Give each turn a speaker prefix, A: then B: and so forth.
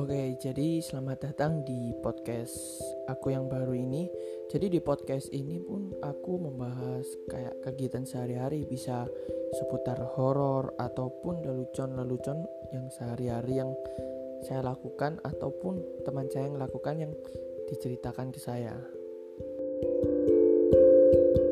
A: Oke, jadi selamat datang di podcast aku yang baru ini. Jadi di podcast ini pun aku membahas kayak kegiatan sehari-hari, bisa seputar horor ataupun lelucon-lelucon yang sehari-hari yang saya lakukan ataupun teman saya yang lakukan yang diceritakan ke saya.